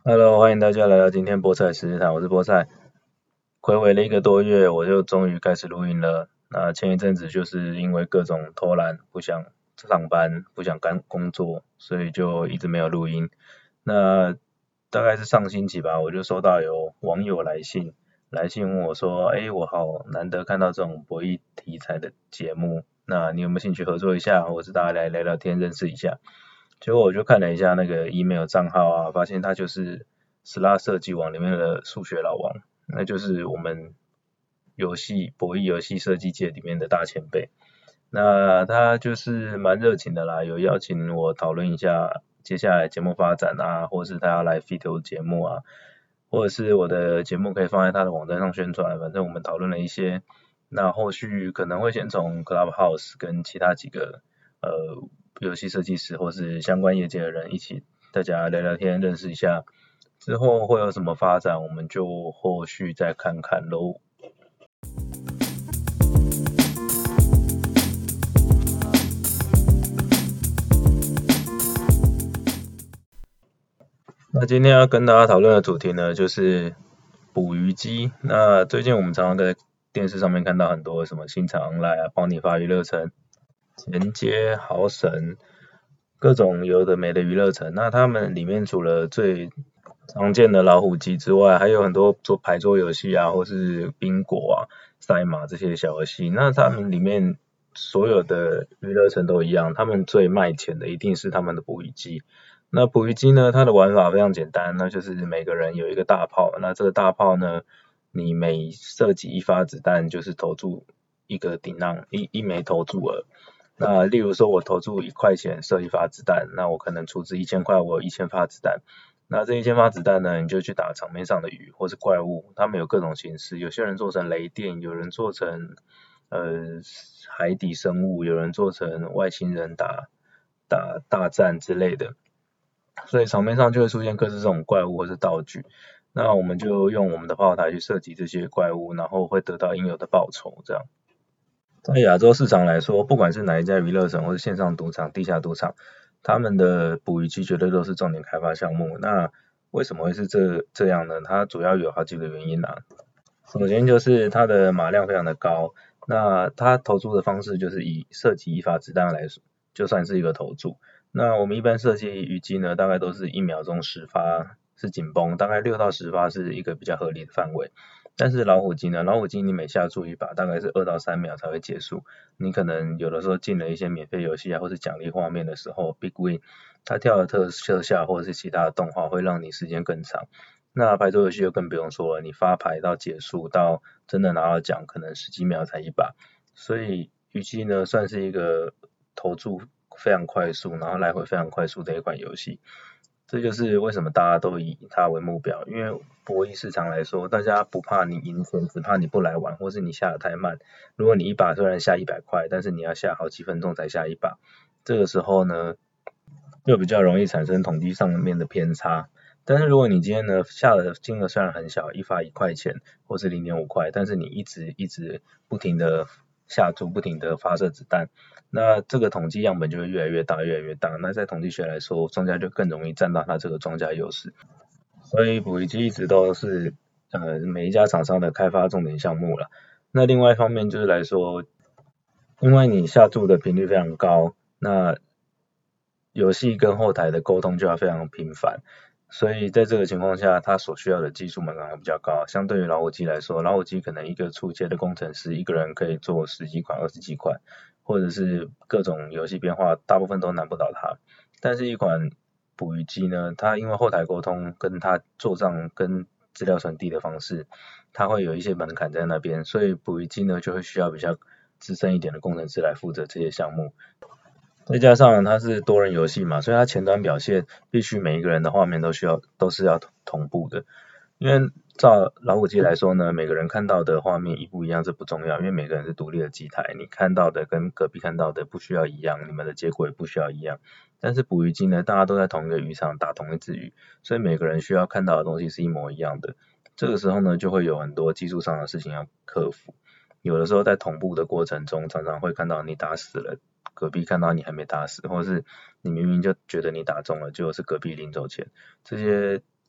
Hello，欢迎大家来到今天菠菜时事谈，我是菠菜。睽违了一个多月，我就终于开始录音了。那前一阵子就是因为各种偷懒，不想上班，不想干工作，所以就一直没有录音。那大概是上星期吧，我就收到有网友来信问我说，我好难得看到这种博弈题材的节目，那你有没有兴趣合作一下，或是大家来聊聊天，认识一下？结果我就看了一下那个 email 账号啊，发现他就是 Slot 设计网里面的数学老王，那就是我们博弈游戏设计界里面的大前辈。那他就是蛮热情的啦，有邀请我讨论一下接下来节目发展啊，或是他要来 feat 我的节目啊，或者是我的节目可以放在他的网站上宣传，反正我们讨论了一些。那后续可能会先从 Clubhouse 跟其他几个游戏设计师或是相关业界的人一起大家聊聊天，认识一下，之后会有什么发展，我们就后续再看看喽。那今天要跟大家讨论的主题呢，就是捕鱼机。那最近我们常常在电视上面看到很多什么新场 online 啊，帮你发娱乐城、前街、豪神，各种有的没的娱乐城。那他们里面除了最常见的老虎机之外，还有很多做牌桌游戏啊，或是宾果啊、赛马这些小游戏。那他们里面所有的娱乐城都一样，他们最卖钱的一定是他们的捕鱼机。那捕鱼机呢，它的玩法非常简单，那就是每个人有一个大炮，那这个大炮呢，你每射击一发子弹就是投注一个顶浪，一枚投注额。那例如说我投注1块钱射一发子弹，那我可能出资1000块，我有1000发子弹。那这1000发子弹呢，你就去打场面上的鱼或是怪物，他们有各种形式，有些人做成雷电，有人做成海底生物，有人做成外星人打大战之类的。所以场面上就会出现各式这种怪物或是道具，那我们就用我们的炮台去射击这些怪物，然后会得到应有的报酬。这样，在亚洲市场来说，不管是哪一家娱乐城或是线上赌场、地下赌场，他们的捕鱼机绝对都是重点开发项目。那为什么会是这样呢？它主要有好几个原因啊。首先就是它的码量非常的高，那它投注的方式就是以射击一发子弹来说，就算是一个投注。那我们一般射击鱼机呢，大概都是1秒钟10发是紧绷，大概6到10发是一个比较合理的范围。但是老虎机呢，老虎机你每下注一把大概是2到3秒才会结束，你可能有的时候进了一些免费游戏啊，或是奖励画面的时候，Big Win，它跳的特效或者是其他的动画会让你时间更长。那牌桌游戏就更不用说了，你发牌到结束到真的拿到奖，可能十几秒才一把，所以鱼机呢算是一个投注非常快速，然后来回非常快速的一款游戏。这就是为什么大家都以它为目标，因为博弈市场来说，大家不怕你赢钱，只怕你不来玩，或是你下的太慢。如果你一把虽然下100块，但是你要下好几分钟才下一把，这个时候呢，就比较容易产生统计上面的偏差。但是如果你今天呢下的金额虽然很小，一发1块钱或是0.5块，但是你一直不停的下注，不停的发射子弹，那这个统计样本就会越来越大，越来越大。那在统计学来说，庄家就更容易占到它这个庄家优势。所以捕鱼机一直都是每一家厂商的开发重点项目了。那另外一方面就是来说，因为你下注的频率非常高，那游戏跟后台的沟通就要非常频繁，所以在这个情况下，它所需要的技术门槛还比较高。相对于老虎机来说，老虎机可能一个初阶的工程师一个人可以做10几款、20几款，或者是各种游戏变化，大部分都难不倒他。但是一款捕鱼机呢，它因为后台沟通跟它做账跟资料传递的方式，它会有一些门槛在那边，所以捕鱼机呢就会需要比较资深一点的工程师来负责这些项目。再加上它是多人游戏嘛，所以它前端表现必须每一个人的画面都是要同步的。因为照老虎机来说呢，每个人看到的画面一不一样这不重要，因为每个人是独立的机台，你看到的跟隔壁看到的不需要一样，你们的结果也不需要一样。但是捕鱼机呢，大家都在同一个渔场打同一只鱼，所以每个人需要看到的东西是一模一样的。这个时候呢，就会有很多技术上的事情要克服。有的时候在同步的过程中，常常会看到你打死了，隔壁看到你还没打死，或者是你明明就觉得你打中了，结果是隔壁领走钱。这些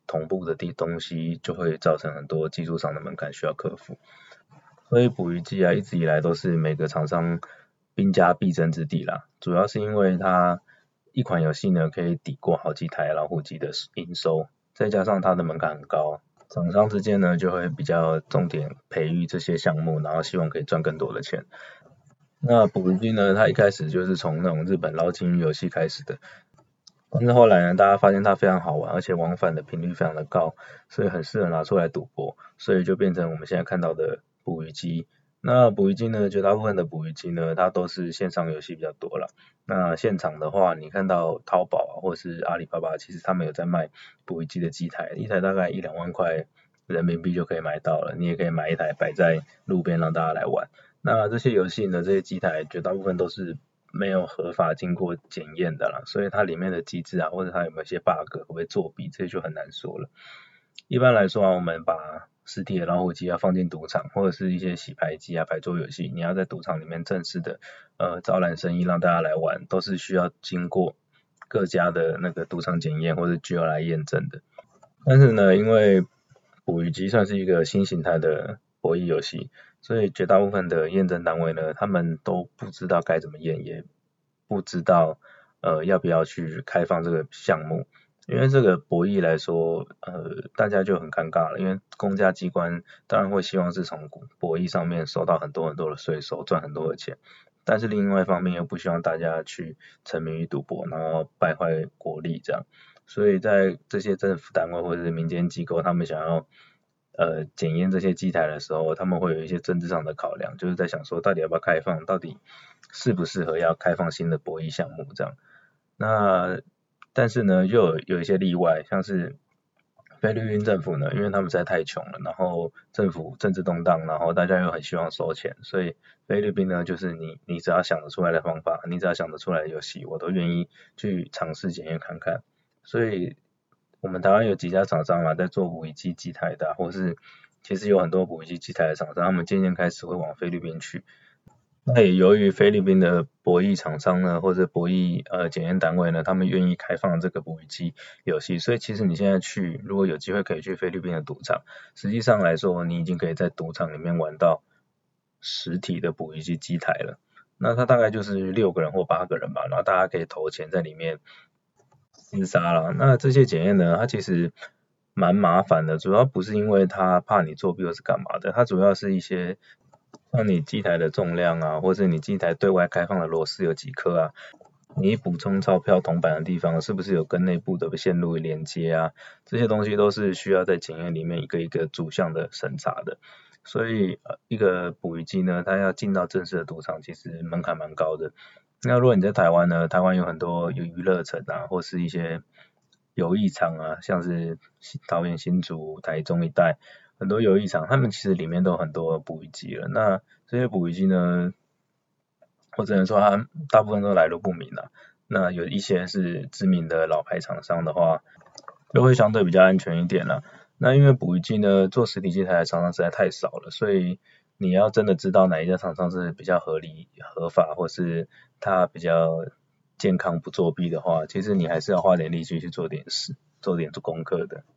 同步的东西，就会造成很多技术上的门槛需要克服。所以捕鱼机啊，一直以来都是每个厂商兵家必争之地啦。主要是因为它一款游戏呢，可以抵过好几台老虎机的营收，再加上它的门槛很高，厂商之间呢就会比较重点培育这些项目，然后希望可以赚更多的钱。那捕鱼机呢，它一开始就是从那种日本捞金鱼游戏开始的，但是后来呢，大家发现它非常好玩，而且往返的频率非常的高，所以很适合拿出来赌博，所以就变成我们现在看到的捕鱼机。那捕鱼机呢，绝大部分的捕鱼机呢，它都是线上游戏比较多啦。那现场的话，你看到淘宝啊，或是阿里巴巴，其实他们有在卖捕鱼机的机台，一台大概1-2万块人民币就可以买到了，你也可以买一台摆在路边让大家来玩。那这些游戏呢，这些机台绝大部分都是没有合法经过检验的啦，所以它里面的机制啊，或者它有没有一些 bug 会不会作弊，这些就很难说了。一般来说啊，我们把实体的老虎机要放进赌场，或者是一些洗牌机啊、牌桌游戏，你要在赌场里面正式的招揽生意让大家来玩，都是需要经过各家的那个赌场检验或者 GO 来验证的。但是呢，因为捕鱼机算是一个新形态的博弈游戏，所以绝大部分的验证单位呢，他们都不知道该怎么验，也不知道要不要去开放这个项目。因为这个博弈来说，大家就很尴尬了，因为公家机关当然会希望是从博弈上面收到很多很多的税收，赚很多的钱，但是另外一方面又不希望大家去沉迷于赌博，然后败坏国力这样。所以在这些政府单位或者是民间机构，他们想要检验这些机台的时候，他们会有一些政治上的考量，就是在想说到底要不要开放，到底适不适合要开放新的博弈项目这样。那但是呢，又有一些例外，像是菲律宾政府呢，因为他们实在太穷了，然后政府政治动荡，然后大家又很希望收钱，所以菲律宾呢，就是你只要想得出来的方法，你只要想得出来的游戏，我都愿意去尝试检验看看。所以我们台湾有几家厂商啦，在做捕鱼机机台的或是其实有很多捕鱼机机台的厂商，他们渐渐开始会往菲律宾去。那也由于菲律宾的博弈厂商呢，或者博弈检验单位呢，他们愿意开放这个捕鱼机游戏，所以其实你现在去，如果有机会可以去菲律宾的赌场，实际上来说，你已经可以在赌场里面玩到实体的捕鱼机机台了。那它大概就是6个人或8个人吧，然后大家可以投钱在里面厮杀啦。那这些检验呢，它其实蛮麻烦的，主要不是因为它怕你作弊或是干嘛的，它主要是一些像你机台的重量啊，或是你机台对外开放的螺丝有几颗啊，你补充钞票铜板的地方是不是有跟内部的线路连接啊，这些东西都是需要在检验里面一个一个逐项的审查的。所以一个捕鱼机呢，它要进到正式的赌场，其实门槛蛮高的。那如果你在台湾呢，台湾有很多有娱乐城啊，或是一些游艺场啊，像是桃园新竹、台中一带很多游艺场，他们其实里面都有很多捕鱼机了。那这些捕鱼机呢，我只能说它大部分都来路不明啊。那有一些是知名的老牌厂商的话，就会相对比较安全一点啦。那因为捕鱼机呢，做实体机台的厂商实在太少了，所以你要真的知道哪一家厂商是比较合理、合法，或是它比较健康不作弊的话，其实你还是要花点力气去做点事，做点功课的。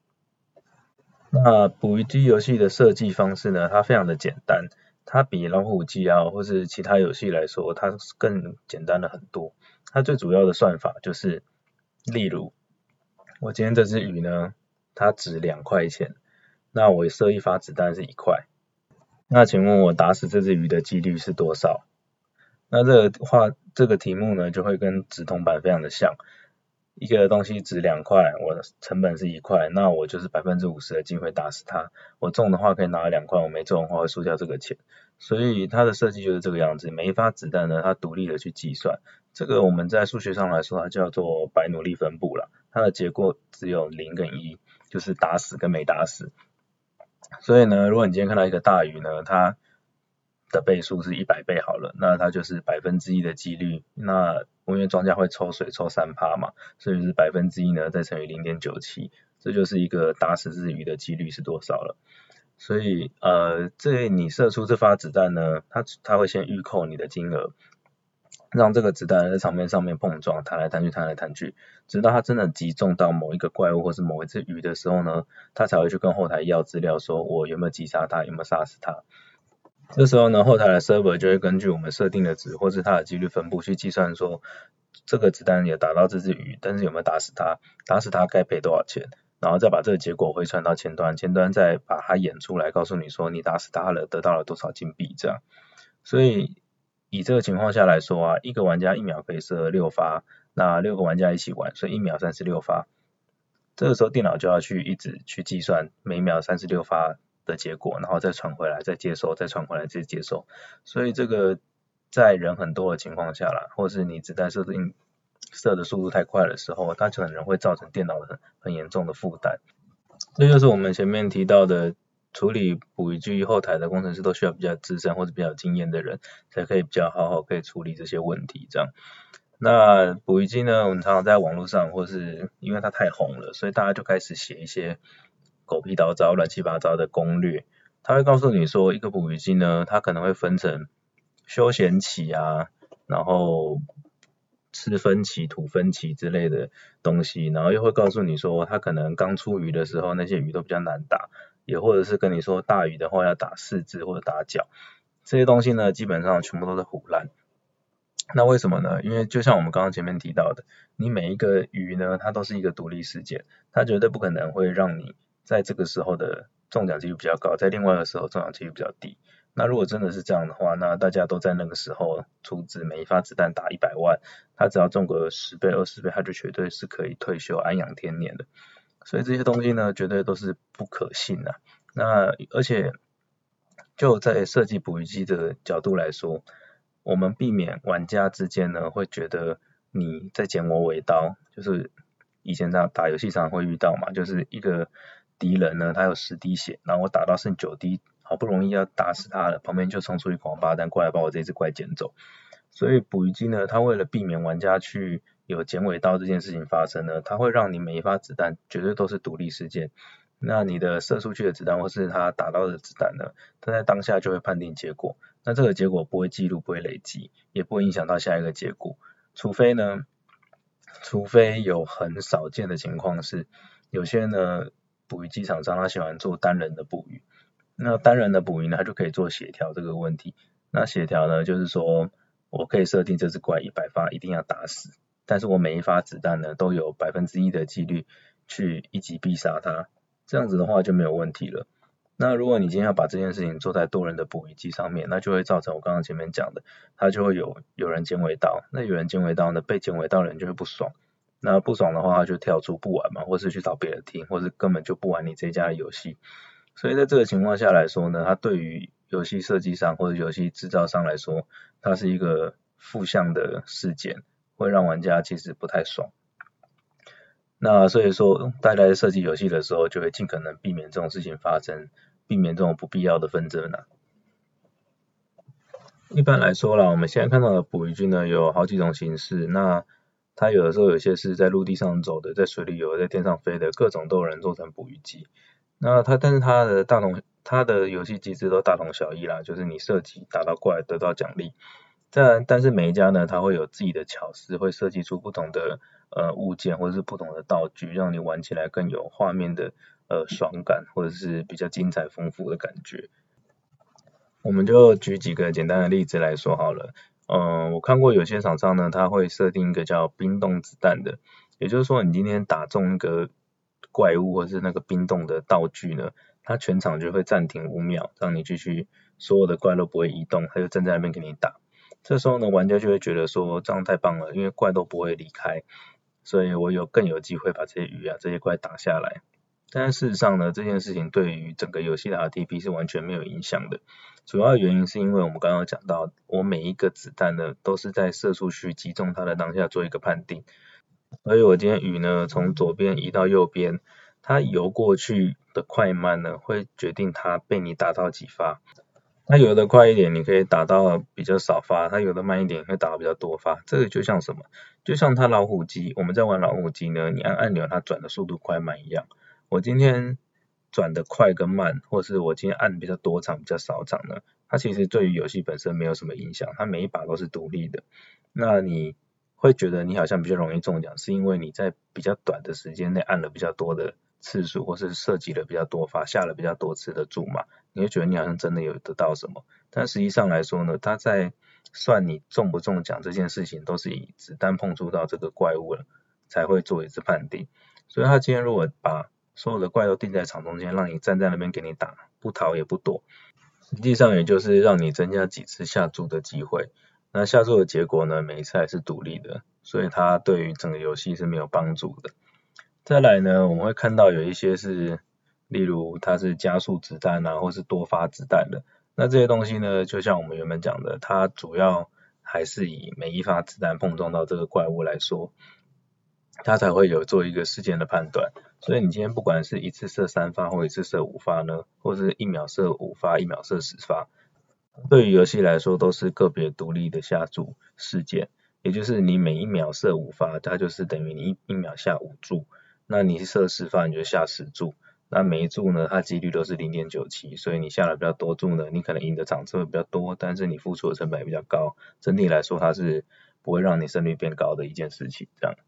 那捕鱼机游戏的设计方式呢，它非常的简单，它比老虎机啊或是其他游戏来说，它更简单了很多。它最主要的算法就是，例如我今天这只鱼呢，它值2块钱，那我射一发子弹是1块，那请问我打死这只鱼的几率是多少？那这个题目呢，就会跟直铜板非常的像。一个东西值2块，我的成本是1块，那我就是50%的机会打死它。我中的话可以拿2块，我没中的话会输掉这个钱。所以它的设计就是这个样子，每一发子弹呢，它独立的去计算。这个我们在数学上来说，它叫做白努力分布啦。它的结果只有0跟1，就是打死跟没打死。所以呢，如果你今天看到一个大鱼呢，它的倍数是100倍好了，那它就是1%的几率。那因为庄家会抽水抽3%嘛，所以是1%呢再乘以0.97，这就是一个打死这只鱼的几率是多少了。所以你射出这发子弹呢，它会先预扣你的金额， 让这个子弹在场面上面碰撞，弹来弹去，弹来弹去，直到它真的击中到某一个怪物或是某一只鱼的时候呢，它才会去跟后台要资料，说我有没有击杀它，有没有杀死它。这时候呢，后台的 server 就会根据我们设定的值或是它的几率分布去计算说，这个子弹也打到这只鱼，但是有没有打死它，打死它该赔多少钱，然后再把这个结果回传到前端，前端再把它演出来，告诉你说你打死它了，得到了多少金币这样。所以以这个情况下来说啊，一个玩家1秒可以射6发，那6个玩家一起玩，所以1秒36发。这个时候电脑就要一直去计算每秒36发的结果，然后再传回来，再接收，再传回来，再接收。所以这个在人很多的情况下啦，或是你子弹射的速度太快的时候，它可能会造成电脑的很严重的负担。这就是我们前面提到的，处理捕鱼机后台的工程师都需要比较资深或者比较有经验的人，才可以比较好可以处理这些问题这样。那捕鱼机呢，我们常常在网络上，或是因为它太红了，所以大家就开始写一些狗屁倒灶、乱七八糟的攻略。它会告诉你说，一个捕鱼机呢，它可能会分成休闲期啊，然后吃分期、吐分期之类的东西，然后又会告诉你说，它可能刚出鱼的时候，那些鱼都比较难打，也或者是跟你说大鱼的话要打4只或者打脚，这些东西呢，基本上全部都是唬烂。那为什么呢？因为就像我们刚刚前面提到的，你每一个鱼呢，它都是一个独立事件，它绝对不可能会让你在这个时候的中奖几率比较高，在另外一个时候中奖几率比较低。那如果真的是这样的话，那大家都在那个时候出资每一发子弹打100万，他只要中个10倍、20倍，他就绝对是可以退休安养天年的。所以这些东西呢，绝对都是不可信的。那而且就在设计捕鱼机的角度来说，我们避免玩家之间呢会觉得你在剪我尾刀，就是以前打游戏常常会遇到嘛，就是一个敌人呢他有10滴血，然后我打到剩9滴，好不容易要打死他了，旁边就冲出一个王八蛋过来把我这只怪捡走。所以捕鱼机呢，它为了避免玩家去有剪尾刀这件事情发生呢，它会让你每一发子弹绝对都是独立事件。那你的射出去的子弹或是他打到的子弹呢，它在当下就会判定结果。那这个结果不会记录，不会累积，也不会影响到下一个结果。除非有很少见的情况是，有些呢捕鱼机厂商他喜欢做单人的捕鱼，那单人的捕鱼呢，他就可以做协调这个问题。那协调呢，就是说我可以设定这只怪100发一定要打死，但是我每一发子弹呢都有1%的几率去一击必杀它，这样子的话就没有问题了。那如果你今天要把这件事情做在多人的捕鱼机上面，那就会造成我刚刚前面讲的，它就会有人剪尾刀，那有人剪尾刀呢，被剪尾刀的人就会不爽，那不爽的话他就跳出不玩嘛，或是去找别的厅，或是根本就不玩你这家的游戏。所以在这个情况下来说呢，它对于游戏设计商或者游戏制造商来说，它是一个负向的事件，会让玩家其实不太爽。那所以说，大家在设计游戏的时候，就会尽可能避免这种事情发生，避免这种不必要的纷争啊。一般来说啦，我们现在看到的捕鱼机呢，有好几种形式。那它有的时候有些是在陆地上走的，在水里游的，在天上飞的，各种都有人做成捕鱼机。那但是它的游戏机制都大同小异啦，就是你射击打到怪得到奖励。但是每一家呢，它会有自己的巧思，会设计出不同的物件或者是不同的道具，让你玩起来更有画面的爽感，或者是比较精彩丰富的感觉。我们就举几个简单的例子来说好了。我看过有些厂商呢，他会设定一个叫冰冻子弹的，也就是说你今天打中一个怪物或是那个冰冻的道具呢，它全场就会暂停5秒，让你继续所有的怪都不会移动，它就站在那边给你打。这时候呢，玩家就会觉得说这样太棒了，因为怪都不会离开，所以我更有机会把这些鱼啊这些怪打下来。但是事实上呢，这件事情对于整个游戏的 RTP 是完全没有影响的。主要原因是因为我们刚刚讲到，我每一个子弹呢都是在射出去击中它的当下做一个判定。所以我今天鱼呢从左边移到右边，它游过去的快慢呢会决定它被你打到几发。它游得快一点，你可以打到比较少发；它游得慢一点，会打到比较多发。这个就像什么？就像它老虎机，我们在玩老虎机呢，你按按钮它转的速度快慢一样。我今天转的快跟慢，或是我今天按比较多场比较少场呢， 它其实对于游戏本身没有什么影响，它每一把都是独立的。那你会觉得你好像比较容易中奖，是因为你在比较短的时间内按了比较多的次数，或是射击了比较多发，下了比较多次的注码，你会觉得你好像真的有得到什么。但实际上来说呢，它在算你中不中奖这件事情，都是以子弹碰触到这个怪物了才会做一次判定。所以他今天如果把所有的怪都定在场中间，让你站在那边给你打，不逃也不躲，实际上也就是让你增加几次下注的机会。那下注的结果呢，每一次还是独立的，所以它对于整个游戏是没有帮助的。再来呢，我们会看到有一些是，例如它是加速子弹啊，或是多发子弹的。那这些东西呢，就像我们原本讲的，它主要还是以每一发子弹碰撞到这个怪物来说，它才会有做一个事件的判断。所以你今天不管是一次射3发或一次射5发呢，或是1秒射5发、1秒射10发，对于游戏来说都是个别独立的下注事件。也就是你每一秒射5发，它就是等于你一秒下5注。那你射10发，你就下10注。那每一注呢，它几率都是 0.97，所以你下了比较多注呢，你可能赢的场次会比较多，但是你付出的成本也比较高。整体来说，它是不会让你胜率变高的一件事情，这样。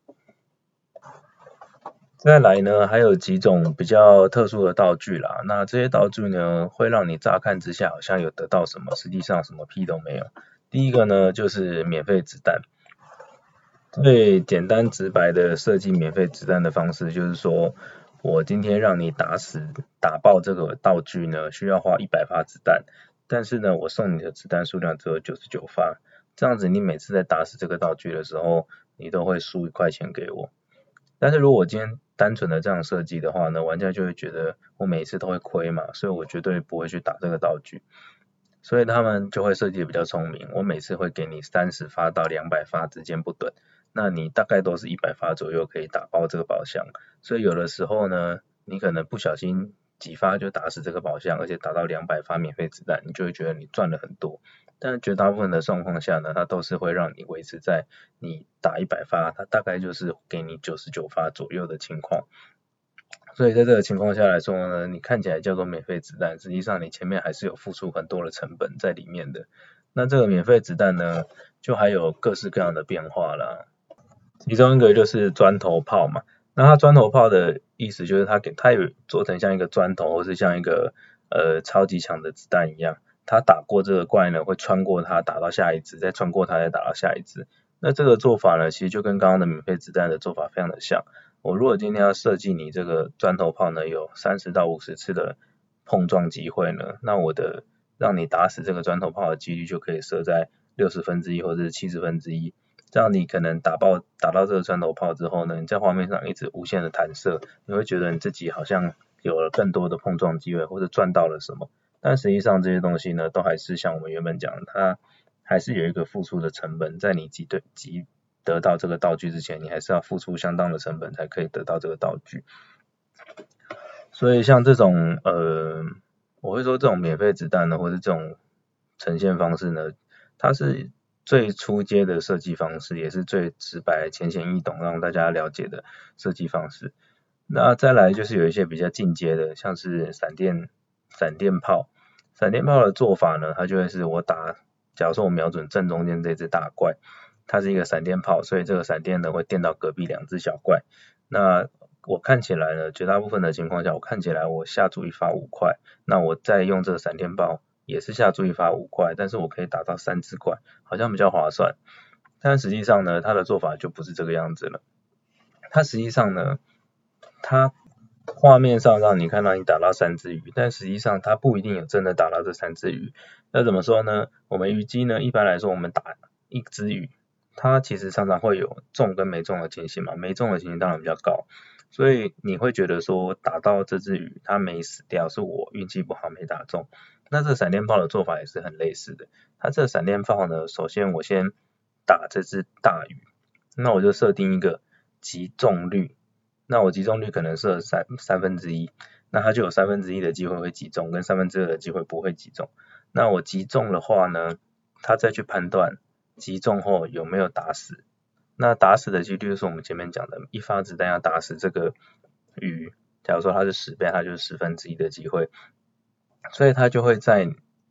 再来呢，还有几种比较特殊的道具啦。那这些道具呢，会让你乍看之下好像有得到什么，实际上什么屁都没有。第一个呢，就是免费子弹。最简单直白的设计免费子弹的方式，就是说我今天让你打爆这个道具呢，需要花100发子弹，但是呢，我送你的子弹数量只有99发，这样子你每次在打死这个道具的时候，你都会输1块钱给我。但是如果我今天单纯的这样设计的话呢，玩家就会觉得我每一次都会亏嘛，所以我绝对不会去打这个道具。所以他们就会设计的比较聪明，我每次会给你30发到200发之间不等，那你大概都是100发左右可以打爆这个宝箱。所以有的时候呢，你可能不小心几发就打死这个宝箱，而且打到200发免费子弹，你就会觉得你赚了很多。但绝大部分的状况下呢，它都是会让你维持在你打100发，它大概就是给你99发左右的情况。所以在这个情况下来说呢，你看起来叫做免费子弹，实际上你前面还是有付出很多的成本在里面的。那这个免费子弹呢，就还有各式各样的变化啦。其中一个就是砖头炮嘛，那它砖头炮的意思就是它有做成像一个砖头，或是像一个超级强的子弹一样，它打过这个怪呢，会穿过它打到下一只，再穿过它再打到下一只。那这个做法呢，其实就跟刚刚的免费子弹的做法非常的像。我如果今天要设计你这个砖头炮呢，有30到50次的碰撞机会呢，那我的让你打死这个砖头炮的几率就可以设在1/60或者是1/70。这样你可能打到这个砖头炮之后呢，你在画面上一直无限的弹射，你会觉得你自己好像有了更多的碰撞机会，或者赚到了什么。但实际上这些东西呢，都还是像我们原本讲的，它还是有一个付出的成本，在你得到这个道具之前，你还是要付出相当的成本才可以得到这个道具。所以像这种我会说这种免费子弹呢，或者这种呈现方式呢，它是最初阶的设计方式，也是最直白、浅显易懂，让大家了解的设计方式。那再来就是有一些比较进阶的，像是闪电炮。闪电炮的做法呢，它就会是假如说我瞄准正中间这只大怪，它是一个闪电炮，所以这个闪电呢会电到隔壁2只小怪。那我看起来呢，绝大部分的情况下，我看起来我下注一发5块，那我再用这个闪电炮也是下注一发5块，但是我可以打到3只怪，好像比较划算。但实际上呢，它的做法就不是这个样子了。它实际上呢，它画面上让你看到你打到3只鱼，但实际上它不一定有真的打到这3只鱼。那怎么说呢？我们鱼机呢，一般来说我们打1只鱼，它其实常常会有中跟没中的情形嘛，没中的情形当然比较高。所以你会觉得说打到这只鱼它没死掉，是我运气不好没打中。那这闪电炮的做法也是很类似的。它这闪电炮呢，首先我先打这只大鱼，那我就设定一个击中率，那我击中率可能设1/3，那它就有1/3的机会会击中，跟2/3的机会不会击中。那我击中的话呢，它再去判断击中后有没有打死。那打死的几率就是我们前面讲的一发子弹要打死这个鱼，假如说它是10倍，它就是1/10的机会，所以它就会在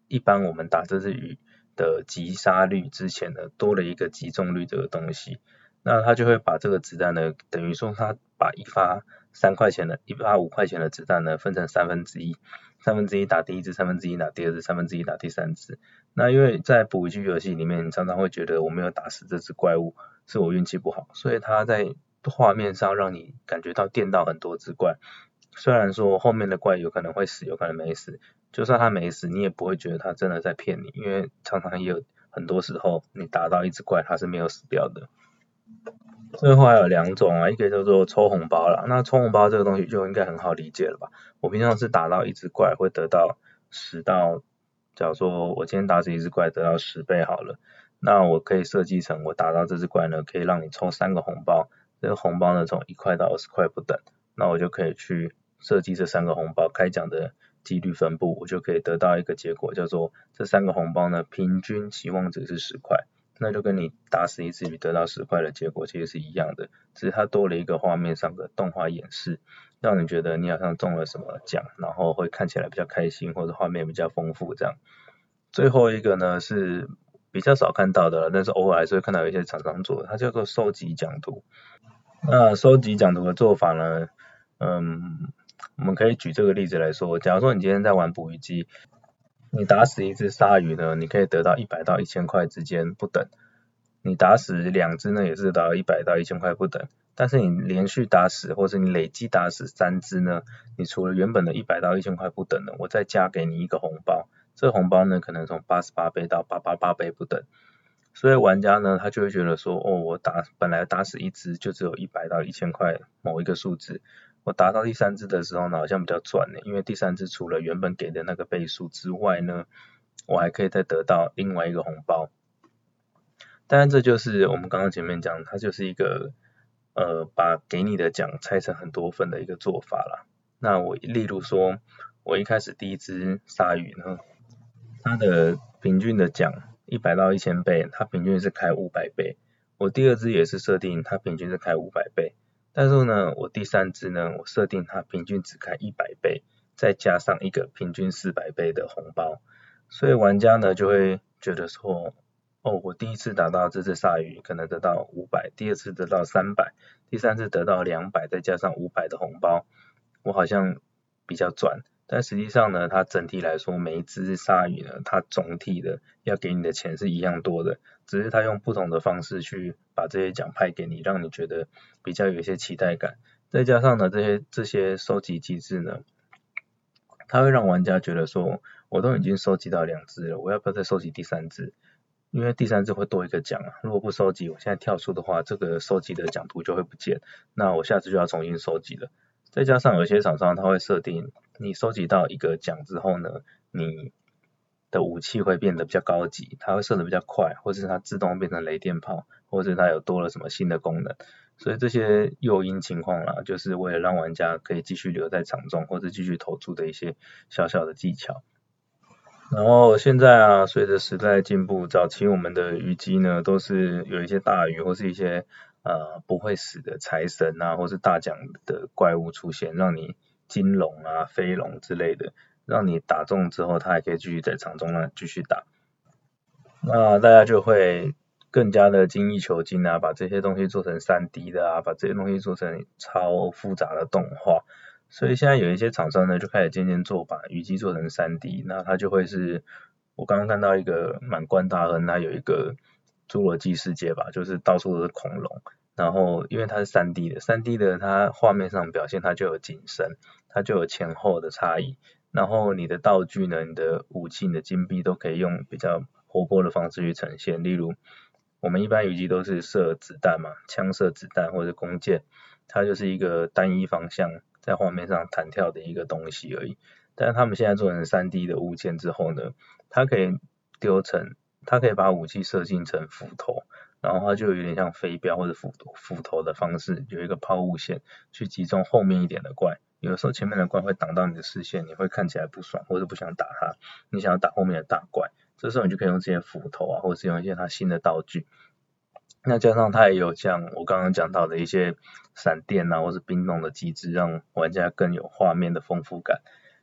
一般我们打这只鱼的击杀率之前呢，多了一个击中率这个东西，那他就会把这个子弹呢，等于说他把一发5块钱的子弹呢，分成1/3打第一只，1/3打第二只，1/3打第三只。那因为在捕鱼机游戏里面，你常常会觉得我没有打死这只怪物，是我运气不好，所以他在画面上让你感觉到电到很多只怪。虽然说后面的怪有可能会死，有可能没死，就算他没死，你也不会觉得他真的在骗你，因为常常也有很多时候你打到一只怪，它是没有死掉的。最后还有2种啊，一个叫做抽红包啦，那抽红包这个东西就应该很好理解了吧？我平常是打到一只怪会得到假如说我今天打死一只怪得到10倍好了，那我可以设计成我打到这只怪呢，可以让你抽3个红包，这个红包呢从1块到20块不等，那我就可以去设计这3个红包开奖的几率分布，我就可以得到一个结果，叫做这3个红包呢平均期望值是10块。那就跟你打死一只鱼得到10块的结果其实是一样的，只是它多了一个画面上的动画演示，让你觉得你好像中了什么奖，然后会看起来比较开心，或者画面比较丰富这样。最后一个呢是比较少看到的，但是偶尔还是会看到有一些厂商做的，它叫做收集奖图。那收集奖图的做法呢，我们可以举这个例子来说，假如说你今天在玩捕鱼机，你打死一只鲨鱼呢，你可以得到100到1000块之间不等。你打死2只呢，也是得到100到1000块不等。但是你连续打死，或是你累计打死3只呢，你除了原本的100到1000块不等呢，我再加给你一个红包。这个红包呢，可能从88倍到888倍不等。所以玩家呢，他就会觉得说，我本来打死一只就只有100到1000块某一个数字，我打到第3只的时候呢，好像比较赚呢，因为第3只除了原本给的那个倍数之外呢，我还可以再得到另外一个红包。当然这就是我们刚刚前面讲，它就是一个把给你的奖拆成很多份的一个做法啦。那例如说，我一开始第一只鲨鱼呢，它的平均的奖100到1000倍，它平均是开500倍。我第二只也是设定它平均是开500倍，但是呢，我第三只呢，我设定它平均只开100倍，再加上一个平均400倍的红包。所以玩家呢就会觉得说，我第一次打到这只鲨鱼可能得到500，第二次得到300，第三次得到200，再加上500的红包，我好像比较赚。但实际上呢，它整体来说，每一只鲨鱼呢，它总体的要给你的钱是一样多的，只是它用不同的方式去把这些奖派给你，让你觉得比较有一些期待感。再加上呢，这些收集机制呢，它会让玩家觉得说，我都已经收集到2只了，我要不要再收集第3只？因为第3只会多一个奖啊，如果不收集，我现在跳出的话，这个收集的奖图就会不见，那我下次就要重新收集了。再加上有些厂商他会设定，你收集到一个奖之后呢，你的武器会变得比较高级，它会射得比较快，或是它自动变成雷电炮，或是它有多了什么新的功能。所以这些诱因情况啦，就是为了让玩家可以继续留在场中，或者继续投注的一些小小的技巧。然后现在啊，随着时代进步，早期我们的鱼机呢，都是有一些大鱼或是一些不会死的财神啊，或是大奖的怪物出现，让你金龙啊、飞龙之类的，让你打中之后，它还可以继续在场中呢继续打。那大家就会更加的精益求精啊，把这些东西做成3D 的啊，把这些东西做成超复杂的动画。所以现在有一些厂商呢，就开始渐渐把鱼机做成3D，那它就会是，我刚刚看到一个满贯大亨，它有一个侏罗纪世界吧，就是到处都是恐龙，然后因为它是3D 的，3D 的它画面上表现它就有景深，它就有前后的差异，然后你的道具呢，你的武器、你的金币都可以用比较活泼的方式去呈现，例如我们一般鱼机都是射子弹嘛，枪射子弹或者弓箭，它就是一个单一方向在画面上弹跳的一个东西而已。但是他们现在做成3D 的物件之后呢，它可以把武器设计成斧头，然后它就有点像飞镖或者斧头的方式，有一个抛物线去击中后面一点的怪。有的时候前面的怪会挡到你的视线，你会看起来不爽或者不想打它，你想要打后面的大怪，这时候你就可以用这些斧头啊，或者是用一些它新的道具。那加上它也有像我刚刚讲到的一些闪电啊，或是冰冻的机制，让玩家更有画面的丰富感。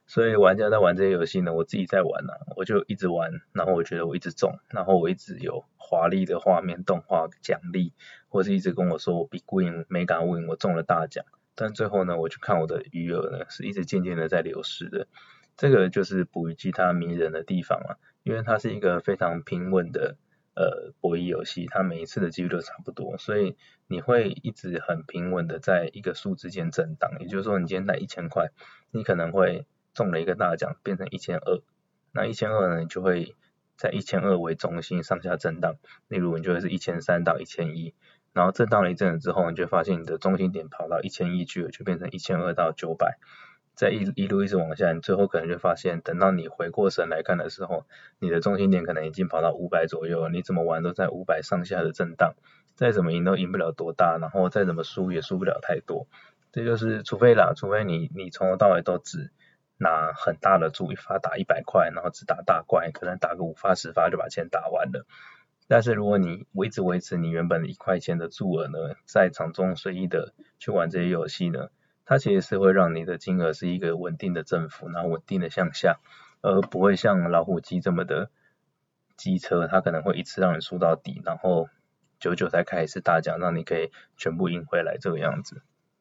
所以玩家在玩这些游戏呢，我自己在玩啊，我就一直玩，然后我觉得我一直中，然后我一直有华丽的画面、动画奖励，或是一直跟我说我 Big Win、Mega Win 我中了大奖，但最后呢，我去看我的余额呢，是一直渐渐的在流失的。这个就是捕鱼机它迷人的地方啊，因为它是一个非常平稳的博弈游戏，它每一次的几率都差不多，所以你会一直很平稳的在一个数之间震荡，也就是说你今天带1000块，你可能会中了一个大奖变成1200，那1200呢，你就会在1200为中心上下震荡，例如你就会是1300到1100，然后震荡了一阵子之后，你就发现你的中心点跑到1100去了，就变成1200到900，再一路一直往下，你最后可能就发现，等到你回过神来看的时候，你的中心点可能已经跑到500左右了，你怎么玩都在500上下的震荡，再怎么赢都赢不了多大，然后再怎么输也输不了太多。这就是除非你从头到尾都只拿很大的注，一发打100块，然后只打大怪，可能打个5发10发就把钱打完了。但是如果你一直维持你原本的1块钱的注额呢，在场中随意的去玩这些游戏呢，它其实是会让你的金额是一个稳定的振幅，然后稳定的向下，而不会像老虎机这么的机车，它可能会一次让你输到底，然后久久才开一次大奖，让你可以全部赢回来这个样子。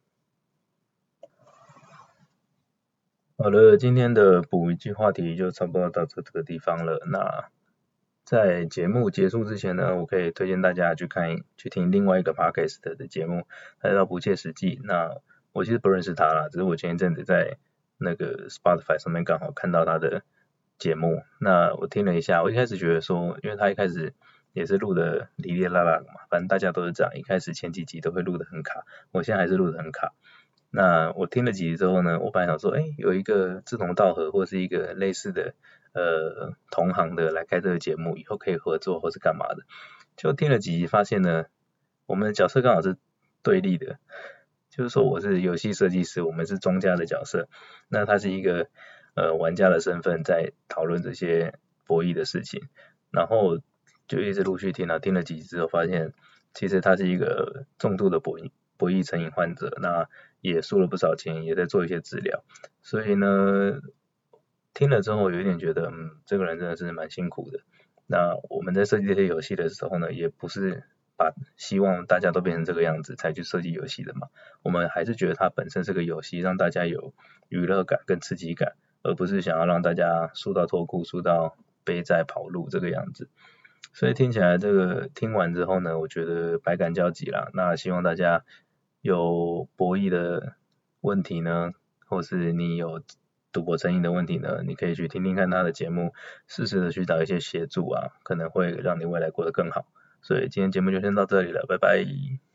好了，今天的捕鱼机话题就差不多到这个地方了。那在节目结束之前呢，我可以推荐大家去听另外一个 podcast 的节目，它叫不切实际。那我其实不认识他啦，只是我前一阵子在那个 Spotify 上面刚好看到他的节目，那我听了一下，我一开始觉得说，因为他一开始也是录的哩哩啦啦嘛，反正大家都是这样，一开始前几集都会录的很卡，我现在还是录的很卡。那我听了几集之后呢，我本来想说，有一个志同道合或是一个类似的同行的来开这个节目，以后可以合作或是干嘛的。就听了几集发现呢，我们的角色刚好是对立的，就是说我是游戏设计师，我们是庄家的角色，那他是一个玩家的身份在讨论这些博弈的事情，然后就一直陆续听了几集之后发现，其实他是一个重度的博弈成瘾患者，那也输了不少钱，也在做一些治疗，所以呢，听了之后有一点觉得，这个人真的是蛮辛苦的。那我们在设计这些游戏的时候呢，也不是希望大家都变成这个样子才去设计游戏的嘛，我们还是觉得它本身是个游戏，让大家有娱乐感跟刺激感，而不是想要让大家输到脱裤、输到背债跑路这个样子。所以听起来这个听完之后呢，我觉得百感交集啦。那希望大家有博弈的问题呢，或是你有赌博成瘾的问题呢，你可以去听听看他的节目，适时的去找一些协助啊，可能会让你未来过得更好。所以今天节目就先到这里了，拜拜。